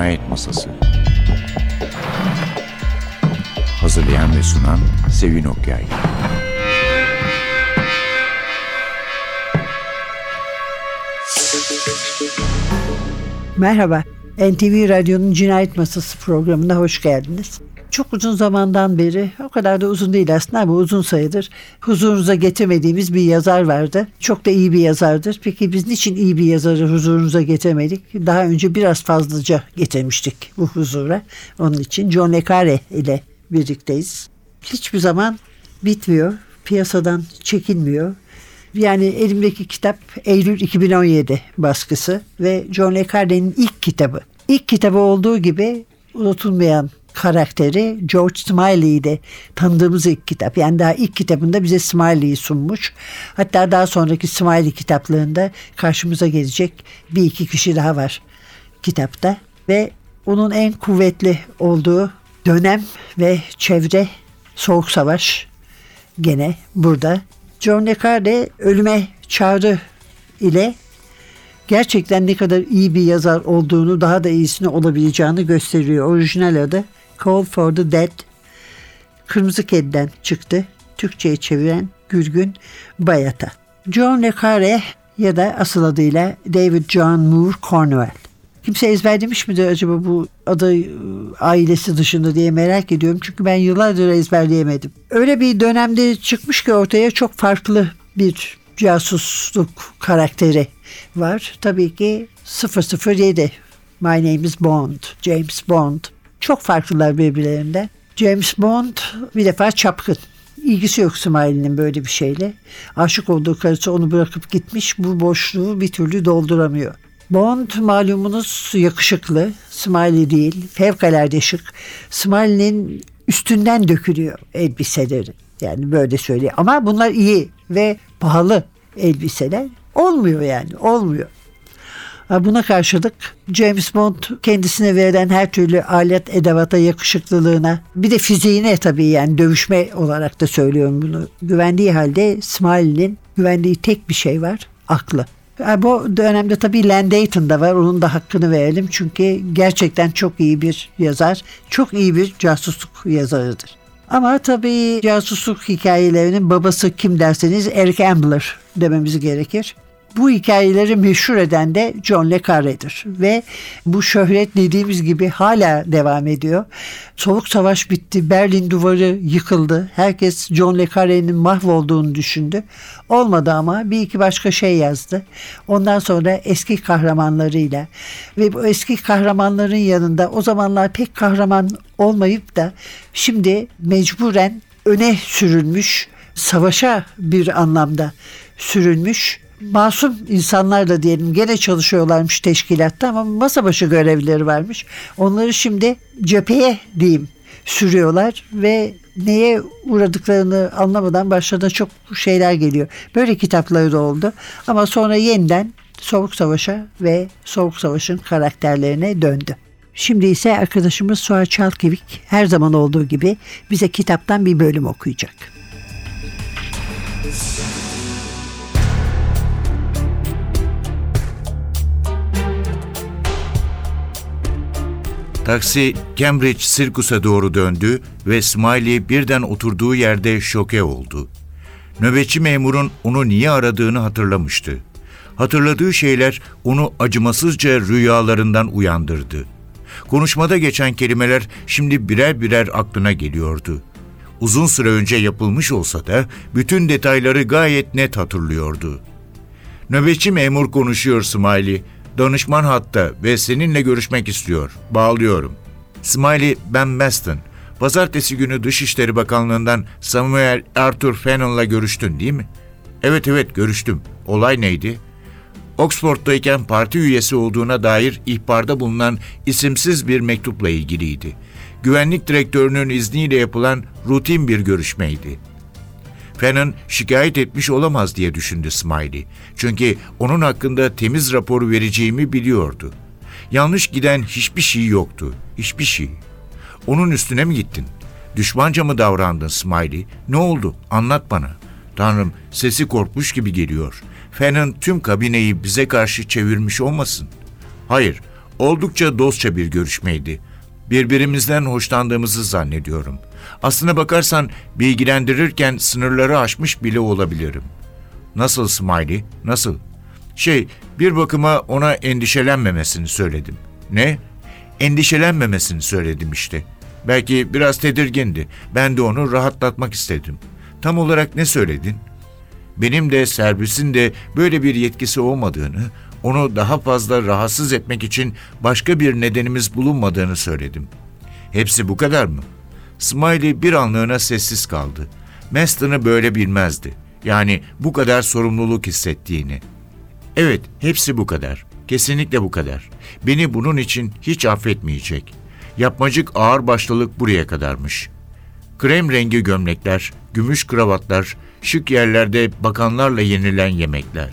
Cinayet Masası. Hazırlayan ve sunan Sevin Okyay. Merhaba, NTV Radyo'nun Cinayet Masası programına hoş geldiniz. Çok uzun zamandan beri, o kadar da uzun değil aslında ama uzun sayıdır, huzurunuza getirmediğimiz bir yazar vardı. Çok da iyi bir yazardır. Peki biz niçin iyi bir yazarı huzurunuza getirmedik? Daha önce biraz fazlaca getirmiştik bu huzura. Onun için John le Carré ile birlikteyiz. Hiçbir zaman bitmiyor, piyasadan çekilmiyor. Yani elimdeki kitap Eylül 2017 baskısı ve John le Carré'nin ilk kitabı. İlk kitabı olduğu gibi unutulmayan karakteri George Smiley'i de tanıdığımız ilk kitap. Yani daha ilk kitabında bize Smiley'i sunmuş. Hatta daha sonraki Smiley kitaplarında karşımıza gelecek bir iki kişi daha var kitapta. Ve onun en kuvvetli olduğu dönem ve çevre Soğuk Savaş gene burada. John le Carré ölüme çağrı ile gerçekten ne kadar iyi bir yazar olduğunu, daha da iyisini olabileceğini gösteriyor. Orijinal adı Call for the Dead. Kırmızı Kedi'den çıktı. Türkçe'ye çeviren Gürgün Bayat'a. John le Carré ya da asıl adıyla David John Moore Cornwell. Kimse ezberlemiş midir acaba bu adı ailesi dışında diye merak ediyorum. Çünkü ben yıllardır ezberleyemedim. Öyle bir dönemde çıkmış ki ortaya çok farklı bir casusluk karakteri var. Tabii ki 007, My Name is Bond, James Bond. Çok farklılar birbirlerinden. James Bond bir defa çapkın. İlgisi yok Smiley'nin böyle bir şeyle. Aşık olduğu karısı onu bırakıp gitmiş. Bu boşluğu bir türlü dolduramıyor. Bond malumunuz yakışıklı. Smiley değil. Fevkalade şık. Smiley'nin üstünden dökülüyor elbiseleri. Yani böyle söyleyeyim. Ama bunlar iyi ve pahalı elbiseler. Olmuyor yani. Olmuyor. Buna karşılık James Bond kendisine verilen her türlü alet edevata, yakışıklılığına, bir de fiziğine tabii, yani dövüşme olarak da söylüyorum bunu, güvendiği halde Smiley'nin güvendiği tek bir şey var: aklı. Bu dönemde tabii Langdon da var. Onun da hakkını verelim. Çünkü gerçekten çok iyi bir yazar. Çok iyi bir casusluk yazarıdır. Ama tabii casusluk hikayelerinin babası kim derseniz Eric Ambler dememiz gerekir. Bu hikayeleri meşhur eden de John le Carré'dir ve bu şöhret dediğimiz gibi hala devam ediyor. Soğuk Savaş bitti, Berlin Duvarı yıkıldı. Herkes John le Carré'nin mahvolduğunu düşündü. Olmadı ama bir iki başka şey yazdı. Ondan sonra eski kahramanlarıyla ve bu eski kahramanların yanında o zamanlar pek kahraman olmayıp da şimdi mecburen öne sürülmüş, savaşa bir anlamda sürülmüş masum insanlar da diyelim, gene çalışıyorlarmış teşkilatta ama masa başı görevlileri varmış. Onları şimdi cepheye diyeyim sürüyorlar ve neye uğradıklarını anlamadan başlarına çok şeyler geliyor. Böyle kitapları da oldu ama sonra yeniden Soğuk Savaş'a ve Soğuk Savaş'ın karakterlerine döndü. Şimdi ise arkadaşımız Suha Çalkevik her zaman olduğu gibi bize kitaptan bir bölüm okuyacak. Taksi Cambridge Circus'a doğru döndü ve Smiley birden oturduğu yerde şoke oldu. Nöbetçi memurun onu niye aradığını hatırlamıştı. Hatırladığı şeyler onu acımasızca rüyalarından uyandırdı. Konuşmada geçen kelimeler şimdi birer birer aklına geliyordu. Uzun süre önce yapılmış olsa da bütün detayları gayet net hatırlıyordu. Nöbetçi memur konuşuyor Smiley. Danışman hatta ve seninle görüşmek istiyor. Bağlıyorum. Smiley, ben Maston. Pazartesi günü Dışişleri Bakanlığı'ndan Samuel Arthur Fennon'la görüştün değil mi? Evet görüştüm. Olay neydi? Oxford'dayken parti üyesi olduğuna dair ihbarda bulunan isimsiz bir mektupla ilgiliydi. Güvenlik direktörünün izniyle yapılan rutin bir görüşmeydi. Fennon şikayet etmiş olamaz diye düşündü Smiley. Çünkü onun hakkında temiz raporu vereceğimi biliyordu. Yanlış giden hiçbir şey yoktu. Hiçbir şey. Onun üstüne mi gittin? Düşmanca mı davrandın Smiley? Ne oldu? Anlat bana. Tanrım, sesi korkmuş gibi geliyor. Fennon tüm kabineyi bize karşı çevirmiş olmasın? Hayır, Oldukça dostça bir görüşmeydi. Birbirimizden hoşlandığımızı zannediyorum. Aslına bakarsan bilgilendirirken sınırları aşmış bile olabilirim. Nasıl Smiley, nasıl? Bir bakıma ona endişelenmemesini söyledim. Ne? Endişelenmemesini söyledim işte. Belki biraz tedirgindi. Ben de onu rahatlatmak istedim. Tam olarak ne söyledin? Benim de Servis'in de böyle bir yetkisi olmadığını, onu daha fazla rahatsız etmek için başka bir nedenimiz bulunmadığını söyledim. Hepsi bu kadar mı? Smiley bir anlığına sessiz kaldı. Maston'ı böyle bilmezdi. Yani bu kadar sorumluluk hissettiğini. Evet, hepsi bu kadar. Kesinlikle bu kadar. Beni bunun için hiç affetmeyecek. Yapmacık ağırbaşlılık buraya kadarmış. Krem rengi gömlekler, gümüş kravatlar, şık yerlerde bakanlarla yenilen yemekler.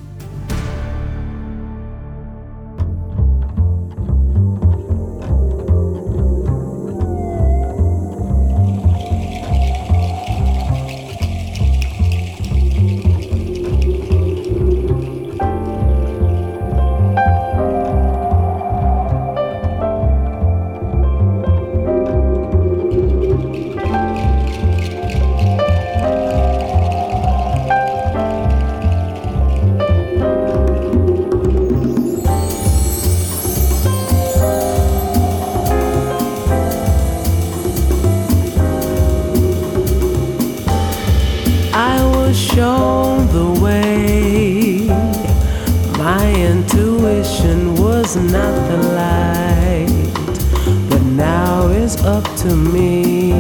Shown the way. My intuition was not the light, but now it's up to me.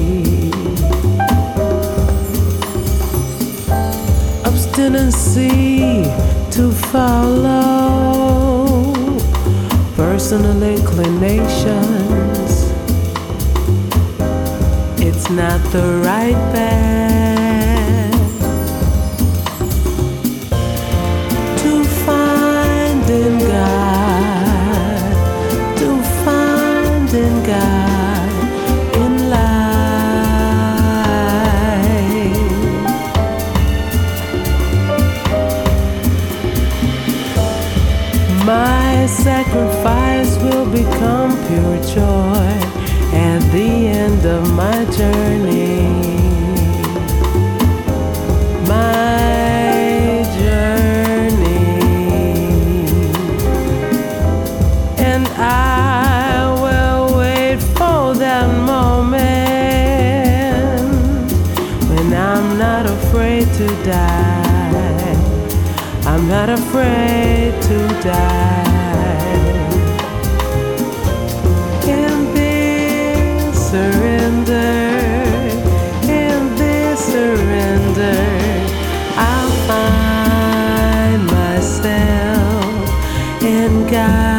Obstinacy to follow personal inclinations. It's not the right path. God in life. My sacrifice will become pure joy at the end of my journey. My journey. And I will wait for that moment when I'm not afraid to die. I'm not afraid to die. In this surrender, in this surrender, I'll find myself in God.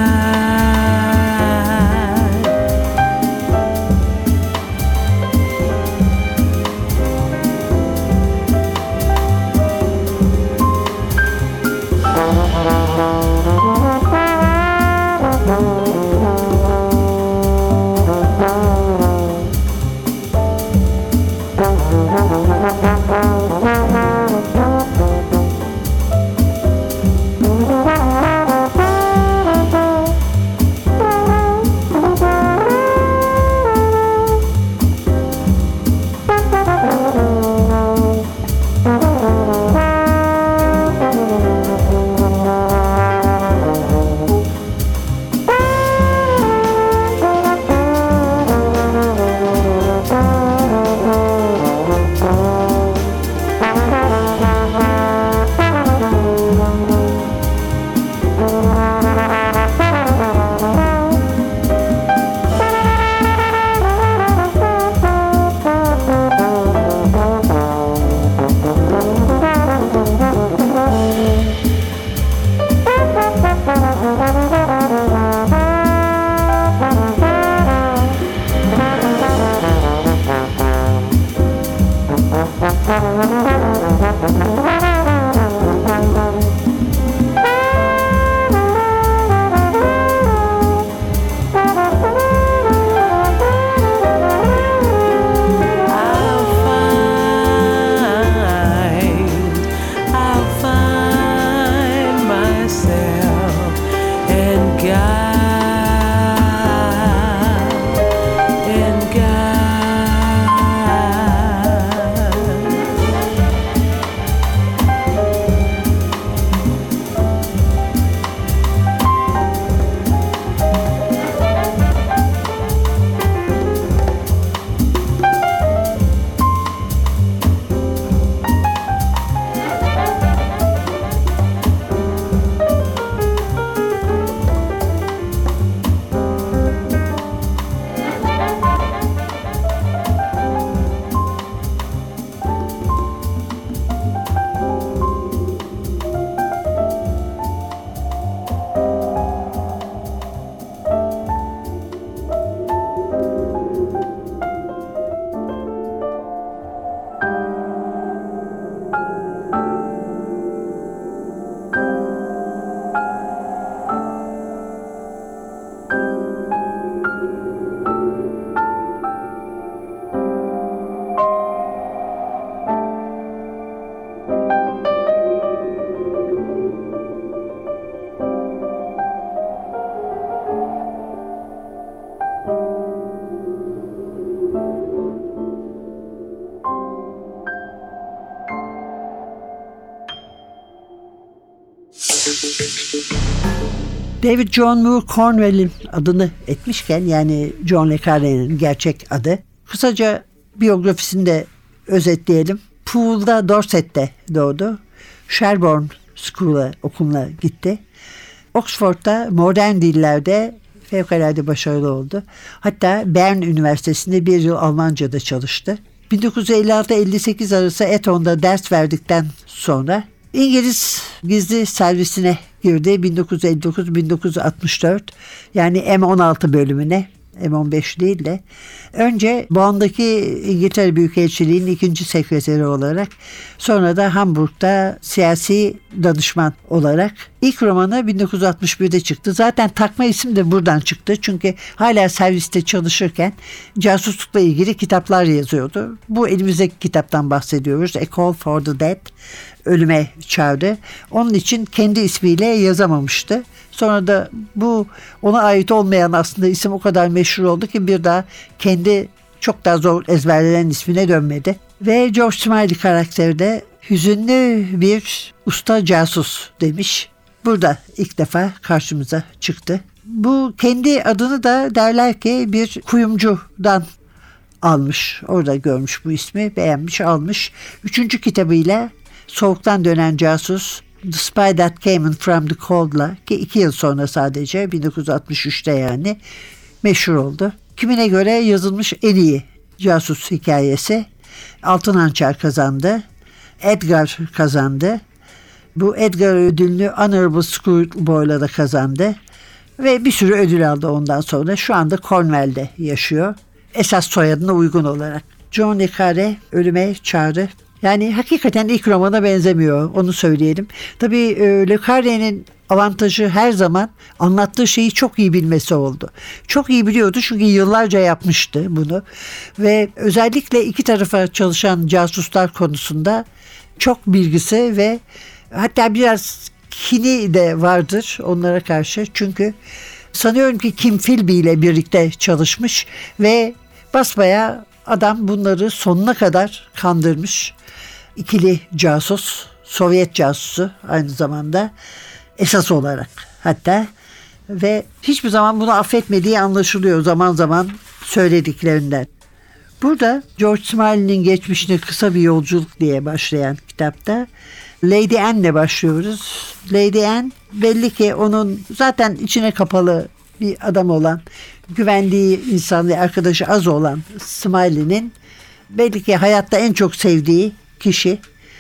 I'll find myself and God. David John Moore Cornwell'in adını etmişken, yani John le Carré'nin gerçek adı, kısaca biyografisini de özetleyelim. Pool'da, Dorset'te doğdu. Sherborne School'a, okuluna gitti. Oxford'da modern dillerde fevkalade başarılı oldu. Hatta Bern Üniversitesi'nde bir yıl Almanca'da çalıştı. 1956-58 arası Eton'da ders verdikten sonra İngiliz gizli servisine girdi 1959-1964, yani M16 bölümüne, M15 değil de. Önce Bonn'daki İngiltere Büyükelçiliği'nin 2. sekreteri olarak, sonra da Hamburg'da siyasi danışman olarak. İlk romanı 1961'de çıktı. Zaten takma isim de buradan çıktı. Çünkü hala serviste çalışırken casuslukla ilgili kitaplar yazıyordu. Bu elimizdeki kitaptan bahsediyoruz. A Call for the Dead, ölüme çağrı. Onun için kendi ismiyle yazamamıştı. Sonra da bu ona ait olmayan aslında isim o kadar meşhur oldu ki bir daha kendi çok daha zor ezberlenen ismine dönmedi. Ve George Smiley karakteri de hüzünlü bir usta casus demiş. Burada ilk defa karşımıza çıktı. Bu kendi adını da derler ki bir kuyumcudan almış. Orada görmüş bu ismi, beğenmiş, almış. 3. kitabıyla Soğuktan Dönen Casus, The Spy That Came In From The Cold'la, ki 2 yıl sonra sadece 1963'te yani meşhur oldu. Kimine göre yazılmış en iyi casus hikayesi. Altın Hançer kazandı. Edgar kazandı. Bu Edgar ödülünü Honorable Schoolboy'la da kazandı. Ve bir sürü ödül aldı ondan sonra. Şu anda Cornwall'de yaşıyor. Esas soyadına uygun olarak. John le Carré, ölüme çağrı. Yani hakikaten ilk romana benzemiyor, onu söyleyelim. Tabii Le Carré'nin avantajı her zaman anlattığı şeyi çok iyi bilmesi oldu. Çok iyi biliyordu çünkü yıllarca yapmıştı bunu. Ve özellikle iki tarafa çalışan casuslar konusunda çok bilgisi ve hatta biraz kini de vardır onlara karşı. Çünkü sanıyorum ki Kim Philby ile birlikte çalışmış ve basbayağı adam bunları sonuna kadar kandırmış. İkili casus, Sovyet casusu aynı zamanda esas olarak hatta, ve hiçbir zaman bunu affetmediği anlaşılıyor zaman zaman söylediklerinden. Burada George Smiley'nin geçmişine kısa bir yolculuk diye başlayan kitapta Lady Anne'le başlıyoruz. Lady Anne belli ki onun zaten içine kapalı bir adam olan, güvendiği insan ve arkadaşı az olan Smiley'nin belli ki hayatta en çok sevdiği kişi,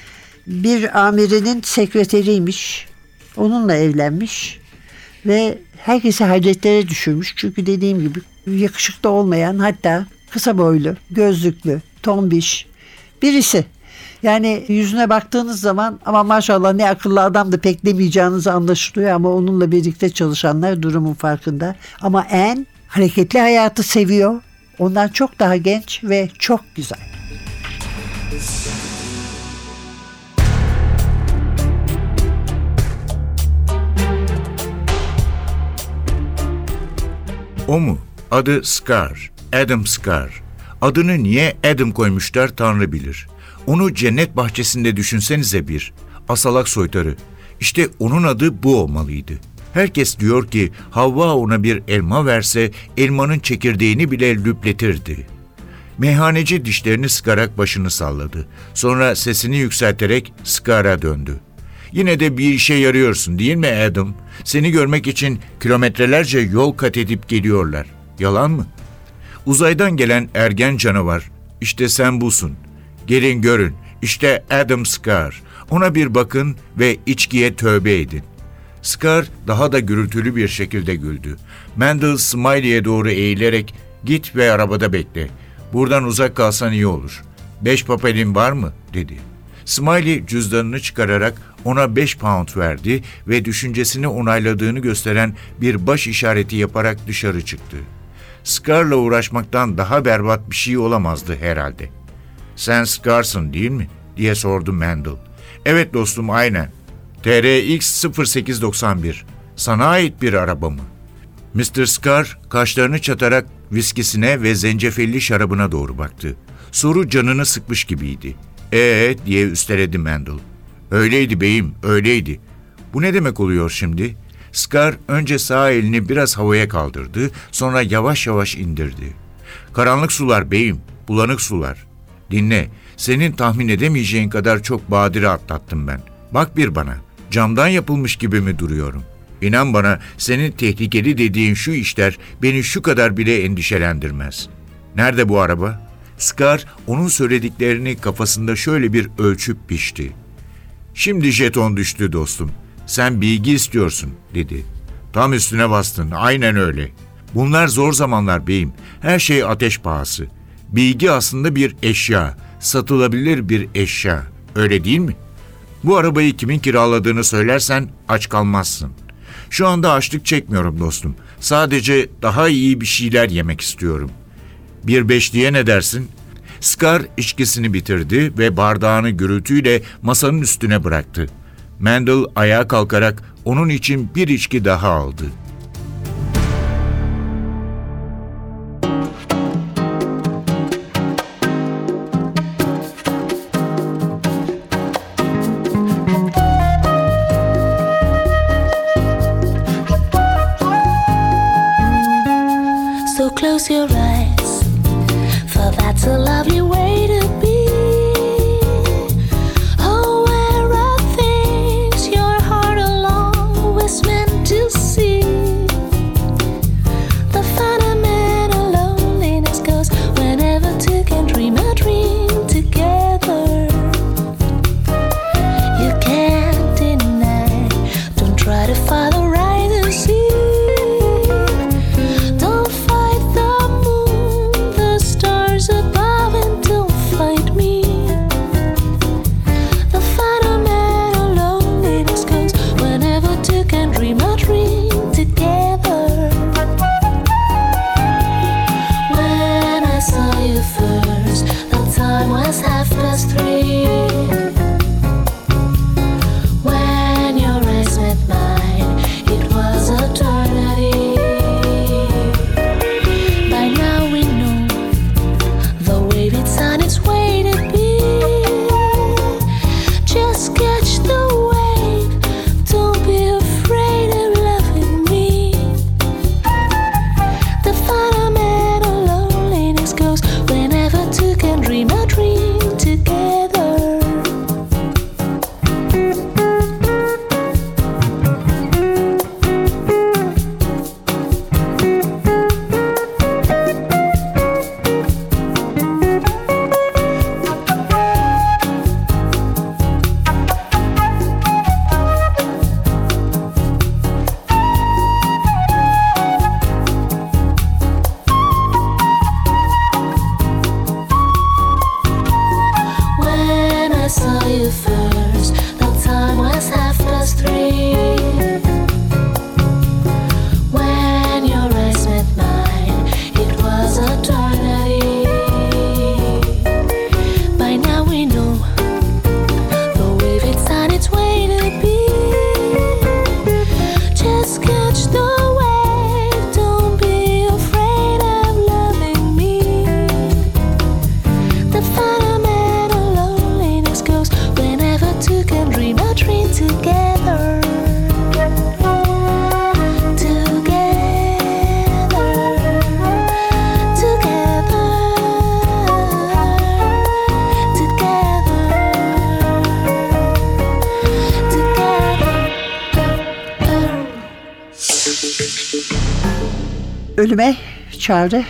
bir amirinin sekreteriymiş. Onunla evlenmiş ve herkesi hayretlere düşürmüş. Çünkü dediğim gibi yakışıklı olmayan, hatta kısa boylu, gözlüklü, tombiş birisi. Yani yüzüne baktığınız zaman ama maşallah ne akıllı adam da pek demeyeceğiniz anlaşılıyor, ama onunla birlikte çalışanlar durumun farkında. Ama Anne hareketli hayatı seviyor. Ondan çok daha genç ve çok güzel. O mu? Adı Scar. Adam Scar. Adını niye Adam koymuşlar Tanrı bilir. Onu cennet bahçesinde düşünsenize bir. Asalak soytarı. İşte onun adı bu olmalıydı. Herkes diyor ki Havva ona bir elma verse elmanın çekirdeğini bile lüpletirdi. Meyhaneci dişlerini sıkarak başını salladı. Sonra sesini yükselterek Scar'a döndü. Yine de bir işe yarıyorsun değil mi Adam? Seni görmek için kilometrelerce yol kat edip geliyorlar. Yalan mı? Uzaydan gelen ergen canavar. İşte sen busun. Gelin görün. İşte Adam Scar. Ona bir bakın ve içkiye tövbe edin. Scar daha da gürültülü bir şekilde güldü. Mendel Smiley'e doğru eğilerek git ve arabada bekle. Buradan uzak kalsan iyi olur. 5 papelin var mı? Dedi. Smiley cüzdanını çıkararak ona 5 pound verdi ve düşüncesini onayladığını gösteren bir baş işareti yaparak dışarı çıktı. Scar'la uğraşmaktan daha berbat bir şey olamazdı herhalde. Sen Scar'sın değil mi? Diye sordu Mendel. Evet dostum, aynen. TRX 0891. Sana ait bir araba mı? Mr. Scar kaşlarını çatarak viskisine ve zencefilli şarabına doğru baktı. Soru canını sıkmış gibiydi. Diye üsteledi Mendel. Öyleydi beyim, öyleydi. Bu ne demek oluyor şimdi? Scar önce sağ elini biraz havaya kaldırdı, sonra yavaş yavaş indirdi. Karanlık sular beyim, bulanık sular. Dinle, senin tahmin edemeyeceğin kadar çok badire atlattım ben. Bak bir bana, camdan yapılmış gibi mi duruyorum? İnan bana, senin tehlikeli dediğin şu işler beni şu kadar bile endişelendirmez. Nerede bu araba? Scar onun söylediklerini kafasında şöyle bir ölçüp biçti. Şimdi jeton düştü dostum. Sen bilgi istiyorsun dedi. Tam üstüne bastın, aynen öyle. Bunlar zor zamanlar beyim. Her şey ateş pahası. Bilgi aslında bir eşya, satılabilir bir eşya. Öyle değil mi? Bu arabayı kimin kiraladığını söylersen aç kalmazsın. Şu anda açlık çekmiyorum dostum. Sadece daha iyi bir şeyler yemek istiyorum. Bir beşliğe ne dersin? Scar içkisini bitirdi ve bardağını gürültüyle masanın üstüne bıraktı. Mendel ayağa kalkarak onun için bir içki daha aldı. So close your eyes, for that's a lovely way to be. Oh, where are things your heart always meant to see? The fundamental loneliness goes whenever two can dream a dream together. You can't deny, don't try to follow right and see. Ölüme Çağrı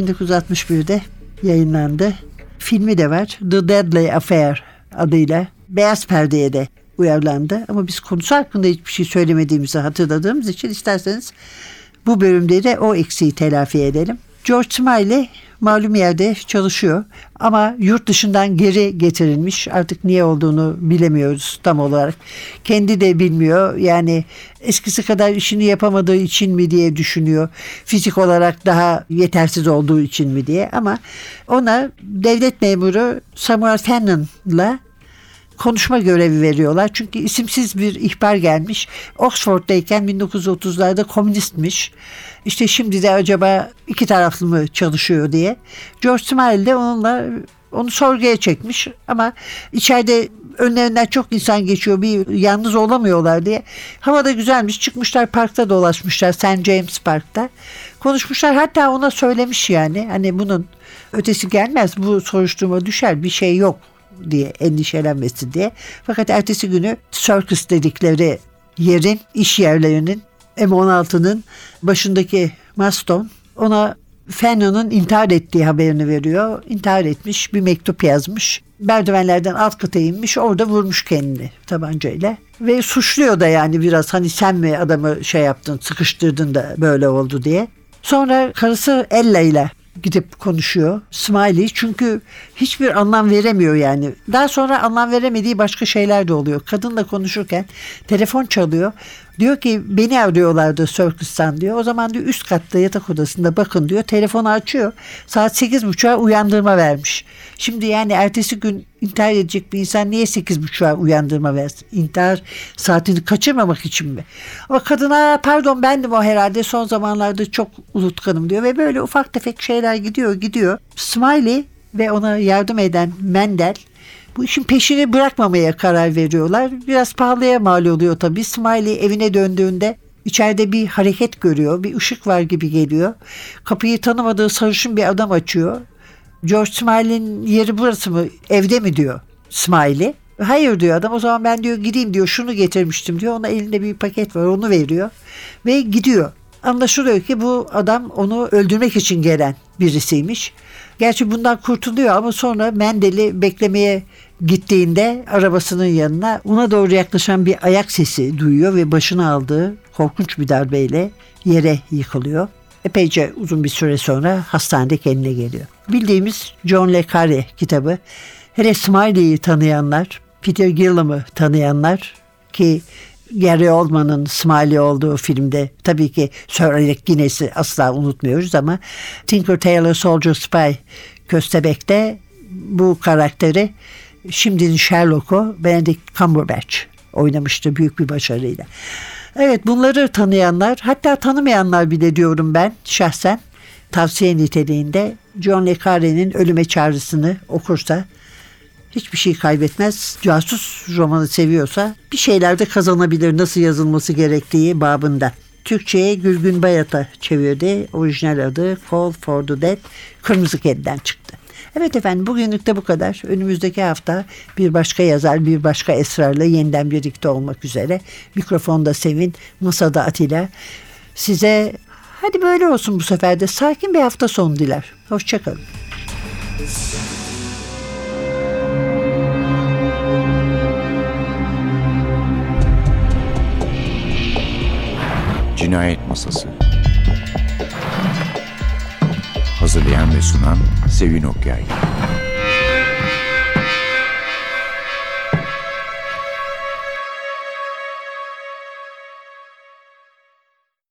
1961'de yayınlandı. Filmi de var. The Deadly Affair adıyla. Beyaz perdeye de uyarlandı. Ama biz konusu hakkında hiçbir şey söylemediğimizi hatırladığımız için isterseniz bu bölümde de o eksiği telafi edelim. George Smiley malum yerde çalışıyor ama yurt dışından geri getirilmiş. Artık niye olduğunu bilemiyoruz tam olarak. Kendi de bilmiyor. Yani eskisi kadar işini yapamadığı için mi diye düşünüyor. Fizik olarak daha yetersiz olduğu için mi diye. Ama ona devlet memuru Samuel Fennon'la konuşma görevi veriyorlar. Çünkü isimsiz bir ihbar gelmiş. Oxford'dayken 1930'larda komünistmiş. İşte şimdi de acaba iki taraflı mı çalışıyor diye. George Smiley de onu sorguya çekmiş ama içeride önlerinden çok insan geçiyor, bir yalnız olamıyorlar diye. Hava da güzelmiş, çıkmışlar parkta dolaşmışlar, St. James Park'ta. Konuşmuşlar, hatta ona söylemiş yani hani bunun ötesi gelmez, bu soruşturma düşer, bir şey yok diye, endişelenmesi diye. Fakat ertesi günü Circus dedikleri yerin, iş yerlerinin M16'nın başındaki Maston ona Fannon'un intihar ettiği haberini veriyor. İntihar etmiş, bir mektup yazmış. Merdivenlerden alt kata inmiş, orada vurmuş kendini tabancayla. Ve suçluyor da yani biraz, hani sen mi adamı şey yaptın, sıkıştırdın da böyle oldu diye. Sonra karısı Ella ile gidip konuşuyor Smiley, çünkü hiçbir anlam veremiyor yani. Daha sonra anlam veremediği başka şeyler de oluyor. Kadınla konuşurken telefon çalıyor. Diyor ki beni arıyorlardı Circus'tan diyor. O zaman diyor üst katta yatak odasında bakın diyor. Telefonu açıyor. Saat 8.30'a uyandırma vermiş. Şimdi yani ertesi gün intihar edecek bir insan niye 8.30'a uyandırma versin? İntihar saatini kaçırmamak için mi? Ama kadına pardon bendim o herhalde, son zamanlarda çok unutkanım diyor. Ve böyle ufak tefek şeyler gidiyor. Smiley ve ona yardım eden Mendel bu işin peşini bırakmamaya karar veriyorlar. Biraz pahalıya mal oluyor tabii. Smiley evine döndüğünde içeride bir hareket görüyor. Bir ışık var gibi geliyor. Kapıyı tanımadığı sarışın bir adam açıyor. George Smiley'nin yeri burası mı? Evde mi diyor Smiley. Hayır diyor adam. O zaman ben diyor gideyim diyor, şunu getirmiştim diyor. Ona elinde bir paket var, onu veriyor. Ve gidiyor. Anlaşılıyor ki bu adam onu öldürmek için gelen birisiymiş. Gerçi bundan kurtuluyor ama sonra Mendel'i beklemeye gittiğinde arabasının yanına ona doğru yaklaşan bir ayak sesi duyuyor ve başına aldığı korkunç bir darbeyle yere yıkılıyor. Epeyce uzun bir süre sonra hastanede kendine geliyor. Bildiğimiz John le Carré kitabı, hele Smiley'i tanıyanlar, Peter Gillam'ı tanıyanlar ki Gary Oldman'ın Smiley olduğu filmde tabii ki Sir Alec Guinness'i asla unutmuyoruz ama Tinker Tailor Soldier Spy Köstebek'te bu karakteri, şimdinin Sherlock'u Benedict Cumberbatch oynamıştı büyük bir başarıyla. Evet, bunları tanıyanlar, hatta tanımayanlar bile diyorum ben şahsen, tavsiye niteliğinde John le Carré'nin Ölüme Çağrısı'nı okursa hiçbir şey kaybetmez. Casus romanı seviyorsa bir şeyler de kazanabilir, nasıl yazılması gerektiği babında. Türkçe'ye Gülgün Bayat'a çevirdi. Orijinal adı Call for the Dead, Kırmızı Kedi'den çıktı. Evet efendim, bugünlük de bu kadar. Önümüzdeki hafta bir başka yazar, bir başka esrarla yeniden birlikte olmak üzere. Mikrofonda Sevin, masada Atilla. Size hadi böyle olsun bu sefer de, sakin bir hafta sonu diler. Hoşçakalın. Cinayet Masası. Hazırlayan ve sunan Sevin Okyay.